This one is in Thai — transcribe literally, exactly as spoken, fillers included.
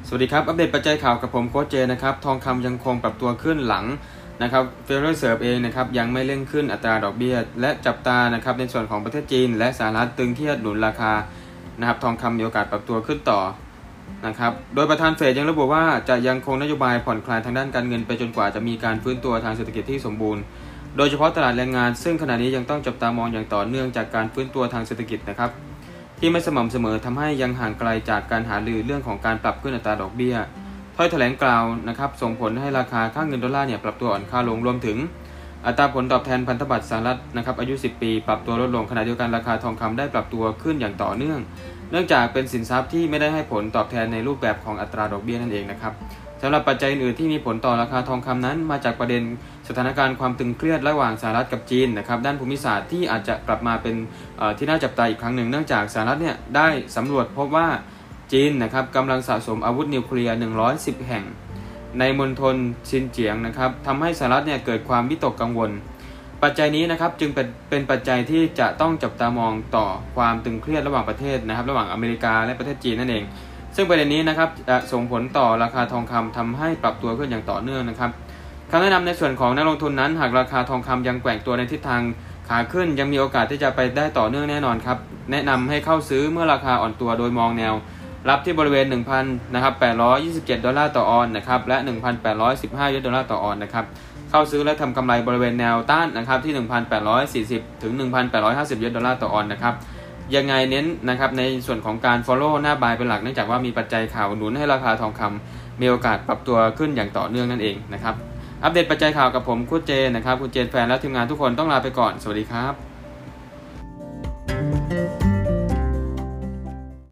สวัสดีครับอัปเดตปัจจัยข่าวกับผมโค้ชเจนะครับทองคำยังคงปรับตัวขึ้นหลังนะครับเฟดเดอรัลรีเซิร์ฟเองนะครับยังไม่เร่งขึ้นอัตราดอกเบี้ยและจับตานะครับในส่วนของประเทศจีนและสหรัฐตึงที่หนุนราคานะครับทองคำมีโอกาสปรับตัวขึ้นต่อนะครับโดยประธานเฟดยังระบุว่าจะยังคงนโยบายผ่อนคลายทางด้านการเงินไปจนกว่าจะมีการฟื้นตัวทางเศรษฐกิจที่สมบูรณ์โดยเฉพาะตลาดแรงงานซึ่งขณะนี้ยังต้องจับตามองอย่างต่อเนื่องจากการฟื้นตัวทางเศรษฐกิจนะครับที่ไม่สม่ำเสมอทำให้ยังห่างไกลจากการหารือเรื่องของการปรับขึ้นอัตราดอกเบี้ยถ้อยแถลงกล่าวนะครับส่งผลให้ราคาค่าเงินดอลลาร์เนี่ยปรับตัวอ่อนค่าลงรวมถึงอัตราผลตอบแทนพันธบัตรสหรัฐนะครับอายุสิบปีปรับตัวลดลงขณะเดียวกันราคาทองคำได้ปรับตัวขึ้นอย่างต่อเนื่องเนื่องจากเป็นสินทรัพย์ที่ไม่ได้ให้ผลตอบแทนในรูปแบบของอัตราดอกเบี้ยนั่นเองนะครับสำหรับปัจจัยอื่นที่มีผลต่อราคาทองคำนั้นมาจากประเด็นสถานการณ์ความตึงเครียดระหว่างสหรัฐกับจีนนะครับด้านภูมิศาสตร์ที่อาจจะกลับมาเป็นที่น่าจับตาอีกครั้งหนึ่งเนื่องจากสหรัฐเนี่ยได้สำรวจพบว่าจีนนะครับกำลังสะสมอาวุธนิวเคลียร์หนึ่งร้อยสิบแห่งในมณฑลซินเจียงนะครับทำให้สหรัฐเนี่ยเกิดความวิตกกังวลปัจจัยนี้นะครับจึงเป็นเป็นปัจจัยที่จะต้องจับตามองต่อความตึงเครียดระหว่างประเทศนะครับระหว่างอเมริกาและประเทศจีนนั่นเองซึ่งประเด็นนี้นะครับจะส่งผลต่อราคาทองคำทำให้ปรับตัวขึ้นอย่างต่อเนื่องนะครับคำแนะนำในส่วนของนักลงทุนนั้นหากราคาทองคำยังแกว่งตัวในทิศทางขาขึ้นยังมีโอกาสที่จะไปได้ต่อเนื่องแน่นอนครับแนะนำให้เข้าซื้อเมื่อราคาอ่อนตัวโดยมองแนวรับที่บริเวณ หนึ่งพัน นะครับแปดร้อยยี่สิบเจ็ดดอลลาร์ต่อออนนะครับและ หนึ่งพันแปดร้อยสิบห้า ยูเอสดอลลาร์ต่อออนนะครับเข้าซื้อและทำกำไรบริเวณแนวต้านนะครับที่ หนึ่งพันแปดร้อยสี่สิบ ถึง หนึ่งพันแปดร้อยห้าสิบ ยู เอส ดอลลาร์ต่อออนนะครับยังไงเน้นนะครับในส่วนของการ follow หน้าบายเป็นหลักเนื่องจากว่ามีปัจจัยข่าวหนุนให้ราคาทองคำมีโอกาสปรับตัวขึ้นอย่างต่อเนื่องนั่นเองนะครับอัปเดตปัจจัยข่าวกับผมคุณเจนนะครับคุณเจนแฟนและทีมงานทุกคนต้องลาไปก่อนสวัสดีครับ